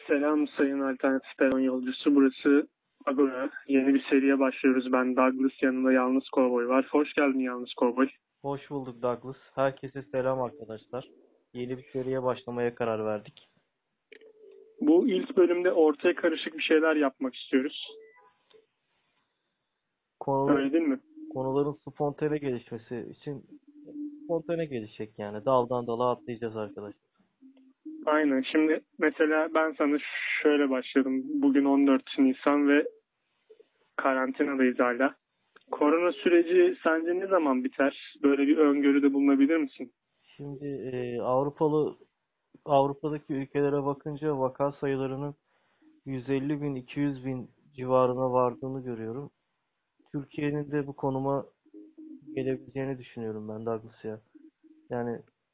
Selam sayın alternatif peron yolcusu. Burası Agora. Yeni bir seriye başlıyoruz. Ben Douglas, yanında Yalnız Kovboy var. Hoş geldin Yalnız Kovboy. Hoş bulduk Douglas. Herkese selam arkadaşlar. Yeni bir seriye başlamaya karar verdik. Bu ilk bölümde ortaya karışık bir şeyler yapmak istiyoruz. Öyle değil mi? Konuların spontane gelişmesi için spontane gelişecek yani. Daldan dala atlayacağız arkadaşlar. Aynen. Şimdi mesela ben sana şöyle başladım. Bugün 14 Nisan ve karantinadayız hala. Korona süreci sence ne zaman biter? Böyle bir öngörüde bulunabilir misin? Şimdi Avrupa'daki ülkelere bakınca vaka sayılarının 150 bin 200 bin civarına vardığını görüyorum. Türkiye'nin de bu konuma gelebileceğini düşünüyorum ben Douglas ya. Yani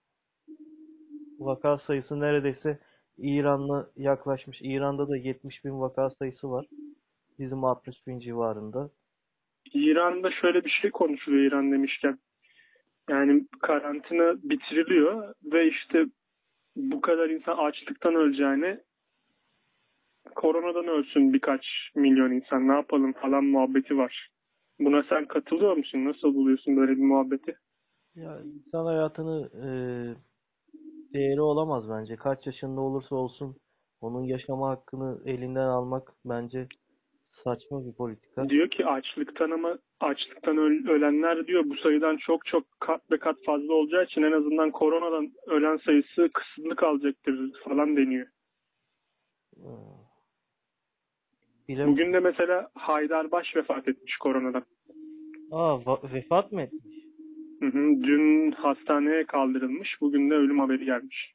vaka sayısı neredeyse İran'la yaklaşmış. İran'da da 70 bin vaka sayısı var. Bizim 60 bin civarında. İran'da şöyle bir şey konuşuluyor İran demişken. Yani karantina bitiriliyor ve işte bu kadar insan açlıktan öleceğine koronadan ölsün birkaç milyon insan ne yapalım falan muhabbeti var. Buna sen katılıyor musun? Nasıl buluyorsun böyle bir muhabbeti? Ya insan hayatını değeri olamaz bence. Kaç yaşında olursa olsun onun yaşama hakkını elinden almak bence saçma bir politika. Diyor ki açlıktan ama açlıktan ölenler diyor bu sayıdan çok çok kat be kat fazla olacağı için en azından koronadan ölen sayısı kısıtlı kalacaktır falan deniyor. Ee, Bilem. Bugün de mesela Haydarbaş vefat etmiş koronadan. Vefat mı etmiş? Hı hı. Dün hastaneye kaldırılmış. Bugün de ölüm haberi gelmiş.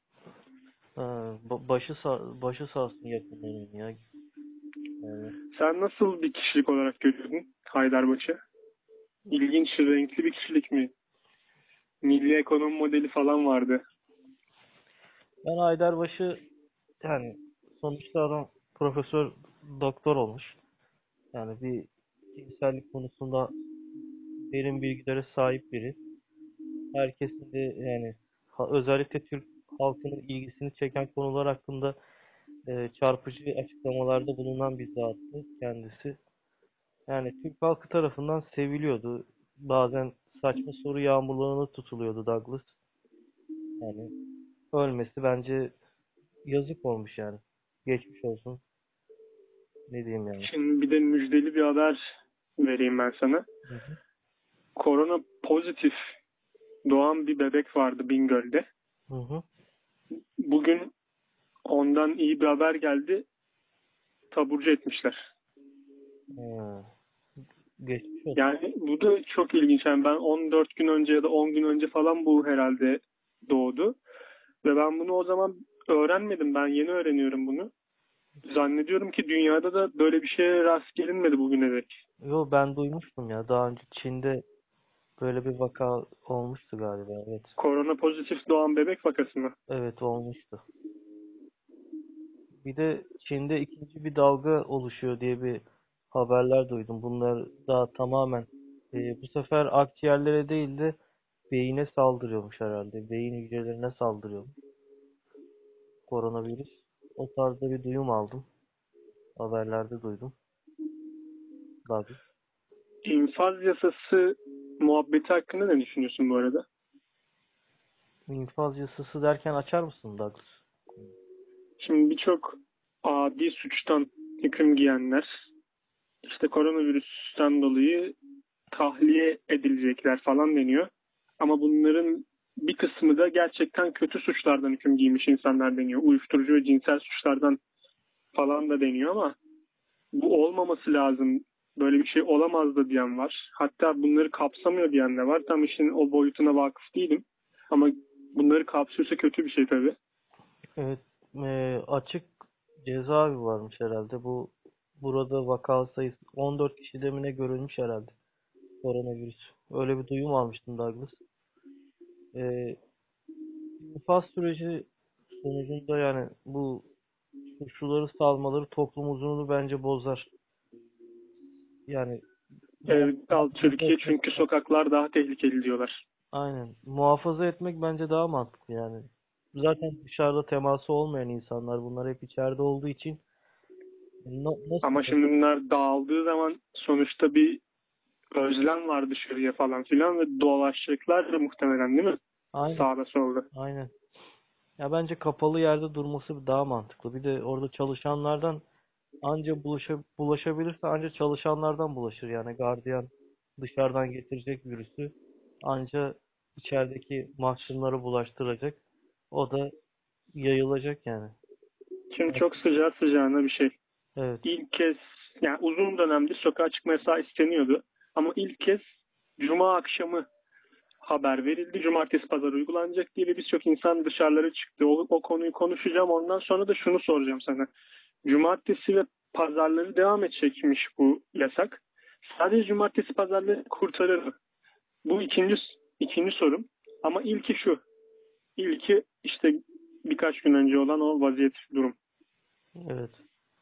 Başı sağ olsun yakınlarının ya. Yani, Sen nasıl bir kişilik olarak görüyordun Haydarbaş'ı? İlginç, renkli bir kişilik mi? Milli ekonomi modeli falan vardı. ben Haydarbaşı yani sonuçta adam profesör doktor olmuş. Yani bir cinsellik konusunda derin bilgilere sahip biri. Herkesin de yani özellikle Türk halkının ilgisini çeken konular hakkında çarpıcı açıklamalarda bulunan bir zattı kendisi. Yani Türk halkı tarafından seviliyordu. Bazen saçma soru yağmurlarına tutuluyordu Douglas. Yani ölmesi bence yazık olmuş yani. Geçmiş olsun. Ne diyeyim yani. Şimdi bir de müjdeli bir haber vereyim ben sana. Hı hı. Korona pozitif doğan bir bebek vardı Bingöl'de. Hı hı. Bugün ondan iyi bir haber geldi. Taburcu etmişler. Ha, geçmiş olsun. Yani bu da çok ilginç. Yani ben 14 gün önce ya da 10 gün önce falan bu herhalde doğdu. Ve ben bunu o zaman öğrenmedim. Ben yeni öğreniyorum bunu. Zannediyorum ki dünyada da böyle bir şeye rast gelinmedi bugüne dek. Yo, ben duymuştum ya. Daha önce Çin'de böyle bir vaka olmuştu galiba. Evet. Korona pozitif doğan bebek vakası mı? Evet, olmuştu. Bir de Çin'de ikinci bir dalga oluşuyor diye bir haberler duydum. Bunlar daha tamamen bu sefer akciğerlere değil de beyine saldırıyormuş herhalde. Beyin hücrelerine saldırıyormuş koronavirüs. O tarzda bir duyum aldım. Haberlerde duydum. Tabii. İnfaz yasası muhabbeti hakkında ne düşünüyorsun bu arada? İnfaz yasası derken açar mısın Douglas? Şimdi birçok adi suçtan hüküm giyenler işte koronavirüsten dolayı tahliye edilecekler falan deniyor. Ama bunların bir kısmı da gerçekten kötü suçlardan hüküm giymiş insanlar deniyor. Uyuşturucu ve cinsel suçlardan falan da deniyor ama bu olmaması lazım. Böyle bir şey olamaz da diyen var. Hatta bunları kapsamıyor diyen de var. Tam işin o boyutuna vakıf değilim. Ama bunları kapsıyorsa kötü bir şey tabii. Evet, açık cezaevi varmış herhalde. Burada vaka sayısı 14 kişi demine görülmüş herhalde. Koronavirüs. Öyle bir duyum almıştım Douglas. E, infaz süreci sonucunda yani bu suçluları salmaları toplum huzurunu bence bozar. Yani Evet, muhafaza Türkiye etmek, çünkü sokaklar daha tehlikeli diyorlar. aynen. Muhafaza etmek bence daha mantıklı yani. zaten dışarıda teması olmayan insanlar. Bunlar hep içeride olduğu için nasıl Ama şimdi bunlar dağıldığı zaman sonuçta bir özlem var dışarıya falan filan ve dolaşacaklar da muhtemelen, değil mi? aynen Sağda solda. aynen. Ya bence kapalı yerde durması daha mantıklı. Bir de orada çalışanlardan anca bulaşabilirse anca çalışanlardan bulaşır. Yani gardiyan dışarıdan getirecek virüsü anca içerideki mahkumlara bulaştıracak. O da yayılacak yani. Şimdi çok sıcağı sıcağına bir şey. Evet. İlk kez, yani uzun dönemdir sokağa çıkma yasağı isteniyordu. Ama ilk kez Cuma akşamı haber verildi. Cumartesi pazar uygulanacak diye ve birçok insan dışarılara çıktı. O konuyu konuşacağım. Ondan sonra da şunu soracağım sana. Cumartesi ve pazarları devam edecekmiş bu yasak. Sadece cumartesi pazarları kurtarır mı? Bu ikinci sorum. Ama ilki şu. İlki işte birkaç gün önce olan o vaziyet durum. Evet.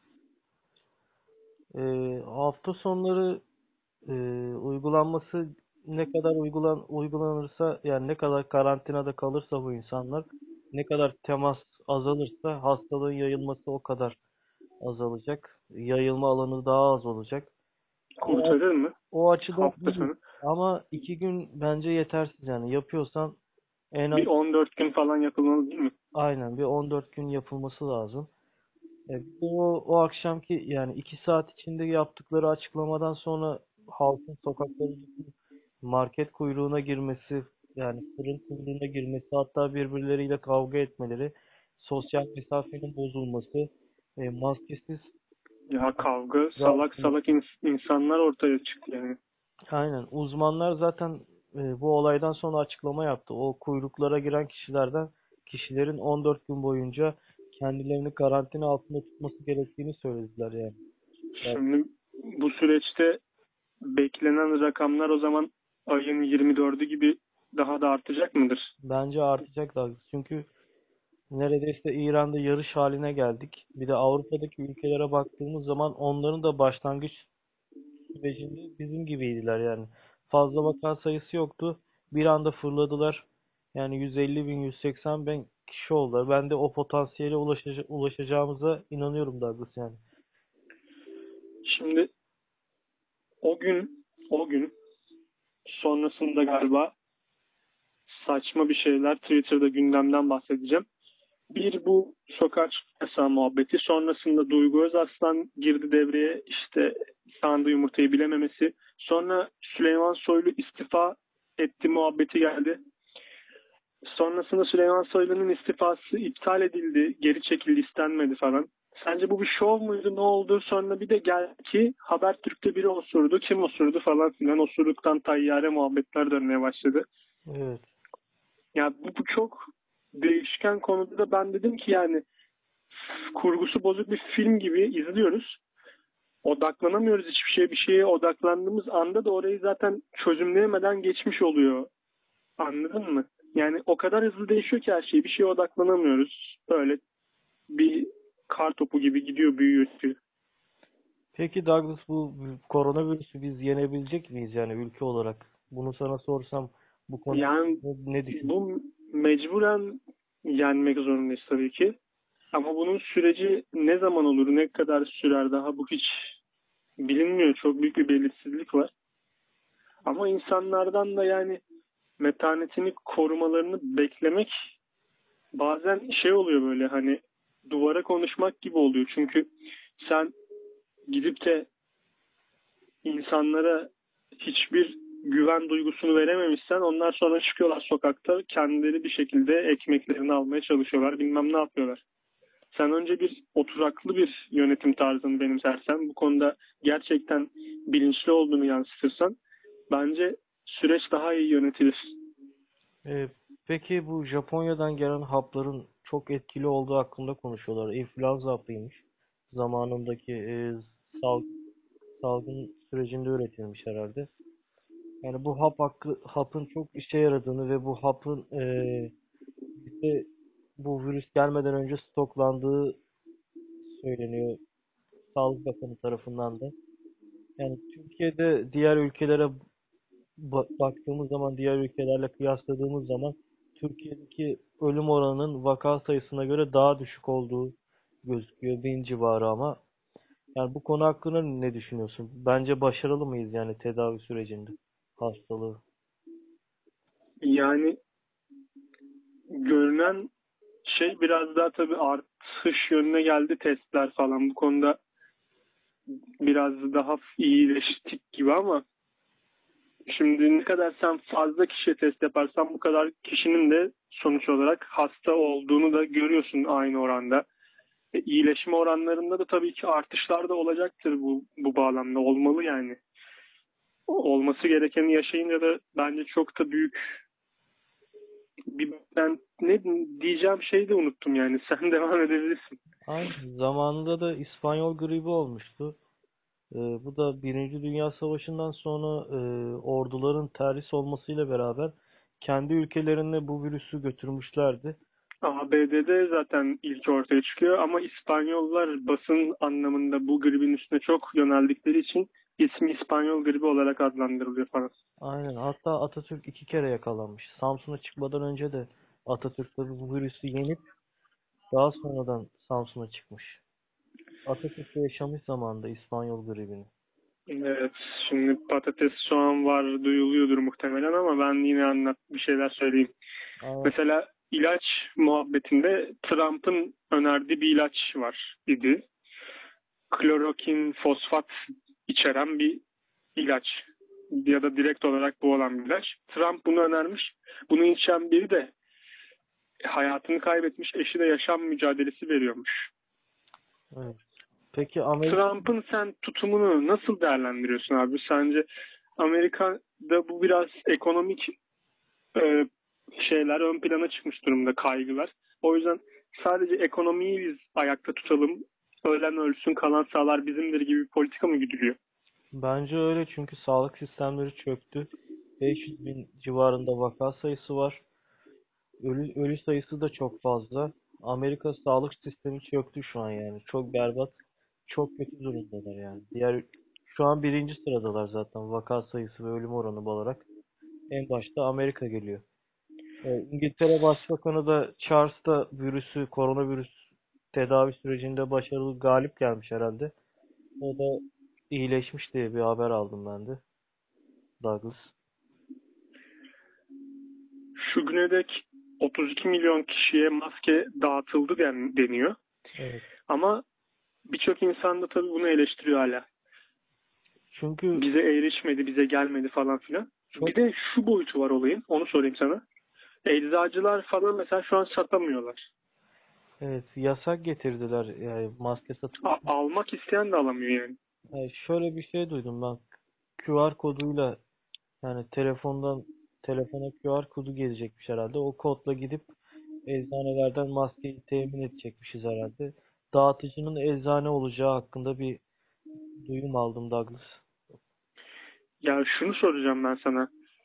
Hafta sonları e, uygulanması ne kadar uygulanırsa yani ne kadar karantinada kalırsa bu insanlar ne kadar temas azalırsa hastalığın yayılması o kadar azalacak. Yayılma alanı daha az olacak. O, Kurtarır mı o açıdan hafta iyi. sonu? Ama 2 gün bence yetersiz yani. Yapıyorsan en az Bir 14 gün falan yapılmalı değil mi? aynen bir 14 gün yapılması lazım. O akşamki yani 2 saat içinde yaptıkları açıklamadan sonra halkın sokaklara market kuyruğuna girmesi yani fırın kuyruğuna girmesi hatta birbirleriyle kavga etmeleri, sosyal mesafenin bozulması, maskesiz Ya kavga, rahat salak salak insanlar ortaya çıktı yani. aynen. Uzmanlar zaten bu olaydan sonra açıklama yaptı. O kuyruklara giren kişilerin 14 gün boyunca kendilerini karantina altında tutması gerektiğini söylediler yani. Yani Şimdi bu süreçte beklenen rakamlar o zaman ayın 24'ü gibi daha da artacak mıdır? bence artacak da çünkü neredeyse İran'da yarış haline geldik. Bir de Avrupa'daki ülkelere baktığımız zaman onların da başlangıç sürecinde bizim gibiydiler yani. Fazla vaka sayısı yoktu. Bir anda fırladılar. Yani 150 bin, 180 bin kişi oldular. Ben de o potansiyele ulaşacağımıza inanıyorum Douglas yani. Şimdi o gün sonrasında galiba saçma bir şeyler Twitter'da gündemden bahsedeceğim. Bir bu sokağa çıkma yasağı muhabbeti. Sonrasında Duygu Özaslan girdi devreye. İşte sandığı yumurtayı bilememesi. Sonra Süleyman Soylu istifa etti muhabbeti geldi. Sonrasında Süleyman Soylu'nun istifası iptal edildi. Geri çekildi, istenmedi falan. Sence bu bir şov muydu? Ne oldu? Sonra bir de gel ki Habertürk'te biri osurdu. Kim osurdu falan filan. Osurduktan tayyare muhabbetler dönmeye başladı. Evet. Ya bu çok değişken konuda da ben dedim ki yani kurgusu bozuk bir film gibi izliyoruz. Odaklanamıyoruz hiçbir şeye. Bir şeye odaklandığımız anda da orayı zaten çözümleyemeden geçmiş oluyor. Anladın mı? Yani o kadar hızlı değişiyor ki her şey. Bir şeye odaklanamıyoruz. Böyle bir kar topu gibi gidiyor, büyüyor. Peki Douglas bu koronavirüsü biz yenebilecek miyiz yani ülke olarak? Bunu sana sorsam bu konu Yani ne düşün? bu mecburen yenmek zorundayız tabii ki. Ama bunun süreci ne zaman olur, ne kadar sürer daha bu hiç bilinmiyor. Çok büyük bir belirsizlik var. Ama insanlardan da yani metanetini korumalarını beklemek bazen şey oluyor, böyle hani duvara konuşmak gibi oluyor. Çünkü sen gidip de insanlara hiçbir güven duygusunu verememişsen onlar sonra çıkıyorlar sokakta kendileri bir şekilde ekmeklerini almaya çalışıyorlar. Bilmem ne yapıyorlar. Sen önce bir oturaklı bir yönetim tarzını benimsersen, bu konuda gerçekten bilinçli olduğunu yansıtırsan bence süreç daha iyi yönetilir. Ee, peki bu Japonya'dan gelen hapların çok etkili olduğu hakkında konuşuyorlar. İnfluenza hapıymış. Zamanındaki sal- salgın sürecinde üretilmiş herhalde. Yani bu hapın çok işe yaradığını ve bu hapın bize bu virüs gelmeden önce stoklandığı söyleniyor Sağlık Bakanı tarafından da. Yani Türkiye'de diğer ülkelere baktığımız zaman, diğer ülkelerle kıyasladığımız zaman Türkiye'deki ölüm oranının vaka sayısına göre daha düşük olduğu gözüküyor. 1000 civarı ama. Yani bu konu hakkında ne düşünüyorsun? Bence başarılı mıyız yani tedavi sürecinde hastalığı? Yani görünen şey biraz daha tabii artış yönüne geldi, testler falan. Bu konuda biraz daha iyileştik gibi ama şimdi ne kadar sen fazla kişiye test yaparsan bu kadar kişinin de sonuç olarak hasta olduğunu da görüyorsun aynı oranda. İyileşme oranlarında da tabii ki artışlar da olacaktır bu bağlamda. Olmalı yani. Olması gerekeni yaşayınca da bence çok da büyük ben ne diyeceğim şeyi de unuttum yani. Sen devam edebilirsin. Aynı zamanında da İspanyol gribi olmuştu. Bu da Birinci Dünya Savaşı'ndan sonra orduların terhis olmasıyla beraber kendi ülkelerine bu virüsü götürmüşlerdi. ABD'de zaten ilk ortaya çıkıyor ama İspanyollar basın anlamında bu gribin üstüne çok yöneldikleri için ismi İspanyol gribi olarak adlandırılıyor falan. Aynen. Hatta Atatürk 2 kere yakalanmış. Samsun'a çıkmadan önce de Atatürk tabii bu virüsü yenip daha sonradan Samsun'a çıkmış. Atatürk de yaşamış zamanında İspanyol gribini. Evet, şimdi patates soğan var duyuluyordur muhtemelen ama ben yine bir şeyler söyleyeyim. Aynen. Mesela ilaç muhabbetinde Trump'ın önerdiği bir ilaç var idi. Klorokin fosfat içeren bir ilaç ya da direkt olarak bu olan bir ilaç. Trump bunu önermiş. Bunu içen biri de hayatını kaybetmiş, eşi de yaşam mücadelesi veriyormuş. Evet. Peki Amerika Trump'ın sen tutumunu nasıl değerlendiriyorsun abi? Sence Amerika'da bu biraz ekonomik e, şeyler ön plana çıkmış durumda, kaygılar. O yüzden sadece ekonomiyi biz ayakta tutalım, ölen ölsün kalan sağlar bizimdir gibi bir politika mı güdülüyor? bence öyle çünkü sağlık sistemleri çöktü. 500 bin civarında vaka sayısı var. Ölü sayısı da çok fazla. Amerika sağlık sistemi çöktü şu an yani. Çok berbat, çok kötü durumdalar yani. Şu an birinci sıradalar zaten vaka sayısı ve ölüm oranı olarak. En başta Amerika geliyor. İngiltere Başbakanı da Charles da koronavirüs tedavi sürecinde başarılı galip gelmiş herhalde. O da iyileşmiş diye bir haber aldım ben de. Douglas. Şu güne dek 32 milyon kişiye maske dağıtıldı deniyor. Evet. Ama birçok insan da tabii bunu eleştiriyor hala. Çünkü Bize erişmedi, bize gelmedi falan filan. çok Bir de şu boyutu var olayın, onu sorayım sana. Eczacılar falan mesela şu an satamıyorlar. evet yasak getirdiler yani maske satın. Almak isteyen de alamıyor yani. Yani şöyle bir şey duydum ben. QR koduyla yani telefona QR kodu gelecekmiş herhalde. O kodla gidip eczanelerden maskeyi temin edecekmişiz herhalde. Dağıtıcının eczane olacağı hakkında bir duyum aldım Douglas. Ya şunu soracağım ben sana.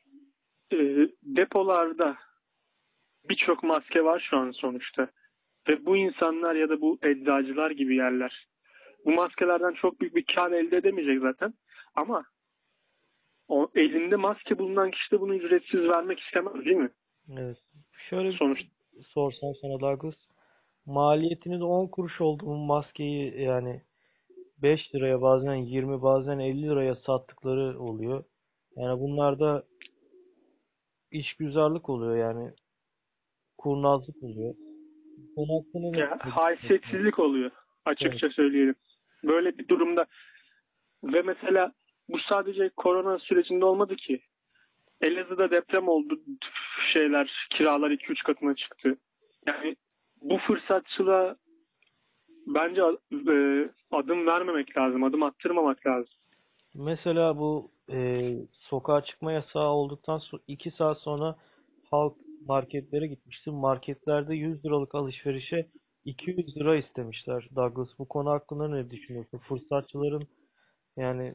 Depolarda birçok maske var şu an sonuçta. Ve bu insanlar ya da bu eczacılar gibi yerler bu maskelerden çok büyük bir kar elde edemeyecek zaten. Ama o elinde maske bulunan kişi de bunu ücretsiz vermek istemez değil mi? Evet. Şöyle bir Sonuçta şey sorsam sana Douglas. Maliyetiniz 10 kuruş olduğu maskeyi yani 5 liraya bazen 20 bazen 50 liraya sattıkları oluyor. Yani bunlarda işgüzarlık oluyor yani kurnazlık oluyor. Bu konu hakkında ya, ne düşünüyorsun? haysiyetsizlik oluyor Evet. açıkça söyleyelim. Böyle bir durumda ve mesela bu sadece korona sürecinde olmadı ki. Elazığ'da deprem oldu. Kiralar 2-3 katına çıktı. Yani bu fırsatçılığa bence adım vermemek lazım. Adım attırmamak lazım. Mesela bu sokağa çıkma yasağı olduktan sonra 2 saat sonra halk marketlere gitmişti. Marketlerde 100 liralık alışverişe 200 lira istemişler. Douglas bu konu hakkında ne düşünüyorsun? Fırsatçıların yani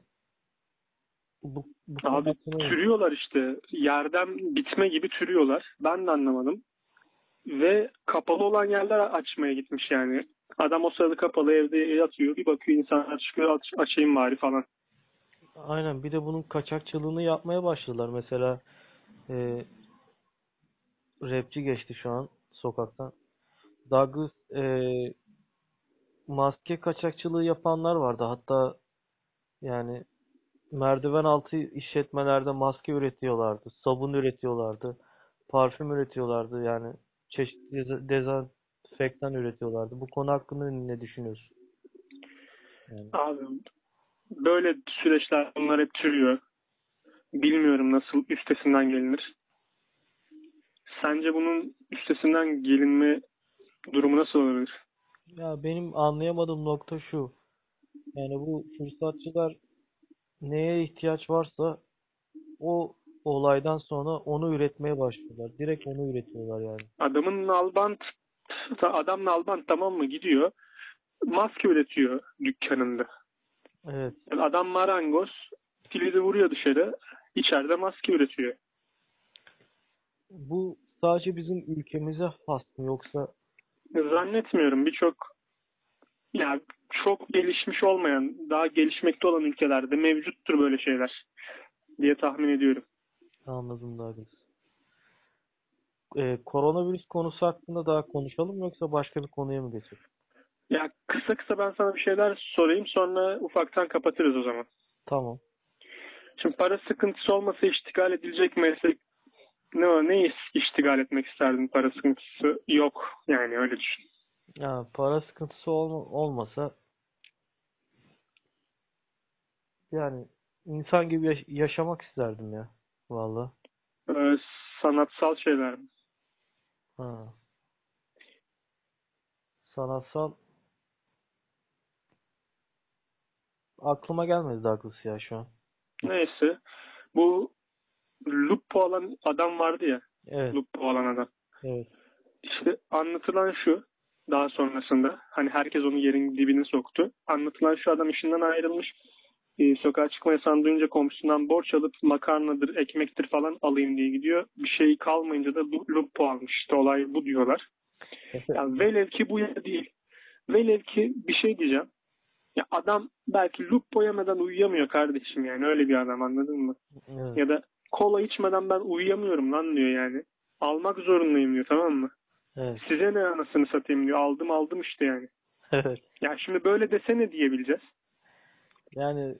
bu konu Abi hakkında ne düşünüyorsun? türüyorlar işte. Yerden bitme gibi türüyorlar. Ben de anlamadım. Ve kapalı olan yerler açmaya gitmiş yani. Adam o sırada kapalı evde yatıyor. Bir bakıyor insanlar çıkıyor açayım bari falan. Aynen bir de bunun kaçakçılığını yapmaya başladılar. Mesela e, rapçi geçti şu an sokaktan. Douglas maske kaçakçılığı yapanlar vardı. Hatta yani merdiven altı işletmelerde maske üretiyorlardı, sabun üretiyorlardı, parfüm üretiyorlardı. Yani çeşitli dezenfektan üretiyorlardı. Bu konu hakkında ne düşünüyorsun? Yani, Abi böyle süreçler bunlar hep türüyor. Bilmiyorum nasıl üstesinden gelinir. Sence bunun üstesinden gelinme durumu nasıl olabilir? ya benim anlayamadığım nokta şu. Yani bu fırsatçılar neye ihtiyaç varsa o olaydan sonra onu üretmeye başlıyorlar. Direkt onu üretiyorlar yani. Adam nalbant tamam mı gidiyor maske üretiyor dükkanında. Evet. Yani adam marangoz kilidi vuruyor dışarı içeride maske üretiyor. Bu sadece bizim ülkemize has mı yoksa Zannetmiyorum yani çok gelişmiş olmayan daha gelişmekte olan ülkelerde mevcuttur böyle şeyler diye tahmin ediyorum. anladım daha doğrusu. Koronavirüs konusu hakkında daha konuşalım mı yoksa başka bir konuya mı geçelim? Ya kısa kısa ben sana bir şeyler sorayım sonra ufaktan kapatırız o zaman. Tamam. Şimdi para sıkıntısı olmasa iştigal edilecek meslek ne iştigal etmek isterdin para sıkıntısı yok yani öyle düşün. Ya para sıkıntısı olmasa yani insan gibi yaşamak isterdim ya. Vallahi. Ee, Sanatsal şeyler. Ha. Sanatsal aklıma gelmedi Douglas ya şu an. Neyse bu Lupo olan adam vardı ya. Evet. Lupo olan adam. Evet. İşte anlatılan şu daha sonrasında hani herkes onu yerin dibine soktu. Anlatılan şu adam işinden ayrılmış. Sokağa çıkma yasağını duyunca komşusundan borç alıp makarnadır, ekmektir falan alayım diye gidiyor. Bir şey kalmayınca da lupo almış. İşte olay bu diyorlar. Ya velev ki bu ya değil. Velev ki bir şey diyeceğim. Ya adam belki lupo yemeden uyuyamıyor kardeşim yani öyle bir adam anladın mı? Evet. Ya da kola içmeden ben uyuyamıyorum lan diyor yani. Almak zorundayım diyor tamam mı? Evet. Size ne anasını satayım diyor. Aldım işte yani. Evet. Ya şimdi böyle desene diyebileceğiz. Yani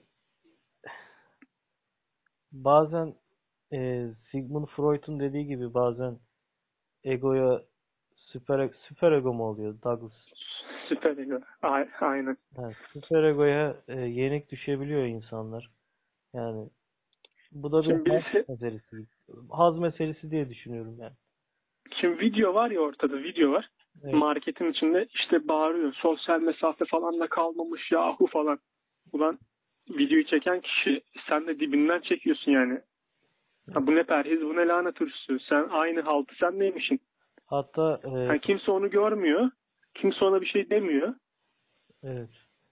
bazen Sigmund Freud'un dediği gibi bazen egoya süper ego mu oluyor Douglas? Süper ego. Aynen. Yani süper egoya yenik düşebiliyor insanlar. Yani bu da bir Şimdi birisi meselesi. Haz meselesi diye düşünüyorum yani. şimdi video var ya ortada video var. Evet. Marketin içinde işte bağırıyor. Sosyal mesafe falan da kalmamış yahu falan. Ulan videoyu çeken kişi sen de dibinden çekiyorsun yani. Ha, bu ne perhiz bu ne lanet hırsı. Sen aynı haltı sen neymişsin? Hatta Ha, kimse onu görmüyor. Kimse ona bir şey demiyor. evet,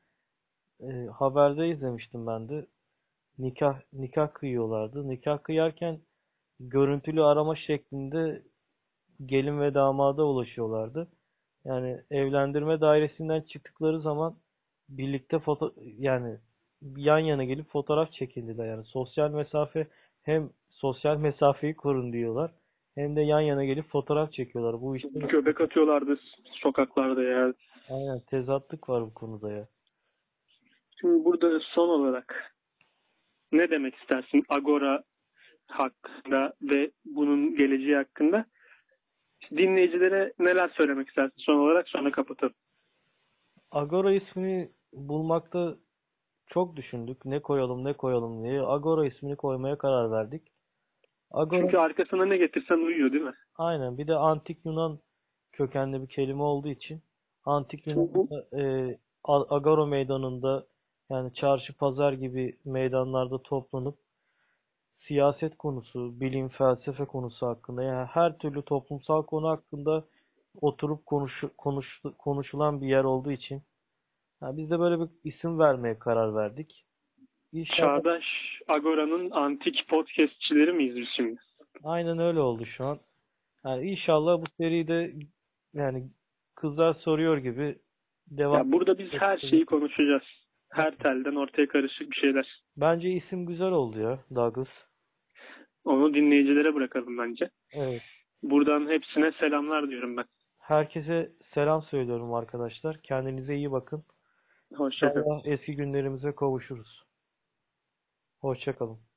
haberde izlemiştim ben de. Nikah kıyıyorlardı. Nikah kıyarken görüntülü arama şeklinde gelin ve damada ulaşıyorlardı. Yani evlendirme dairesinden çıktıkları zaman birlikte yani yan yana gelip fotoğraf çekildiler. Yani sosyal mesafe hem sosyal mesafeyi korun diyorlar hem de yan yana gelip fotoğraf çekiyorlar. Bu işte Göbek atıyorlardı sokaklarda ya. aynen tezatlık var bu konuda ya. Şimdi burada son olarak ne demek istersin Agora hakkında ve bunun geleceği hakkında? Dinleyicilere neler söylemek istersin son olarak sonra kapatalım. Agora ismini bulmakta çok düşündük. Ne koyalım ne koyalım diye. Agora ismini koymaya karar verdik. Agora Çünkü arkasına ne getirsen uyuyor değil mi? aynen bir de antik Yunan kökenli bir kelime olduğu için antik Şimdi bu Yunan'da Agora meydanında yani çarşı pazar gibi meydanlarda toplanıp siyaset konusu, bilim, felsefe konusu hakkında yani her türlü toplumsal konu hakkında oturup konuşulan bir yer olduğu için yani biz de böyle bir isim vermeye karar verdik. İnşallah Çağdaş Agora'nın antik podcastçileri miyiz biz şimdi? aynen öyle oldu şu an. Yani inşallah bu seride yani kızlar soruyor gibi devam Ya burada biz her edecek. şeyi konuşacağız. Her telden ortaya karışık bir şeyler. Bence isim güzel oldu ya Douglas. Onu dinleyicilere bırakalım bence. Evet. Buradan hepsine selamlar diyorum ben. Herkese selam söylüyorum arkadaşlar. Kendinize iyi bakın. Hoşça kalın. İnşallah eski günlerimize kavuşuruz. Hoşça kalın.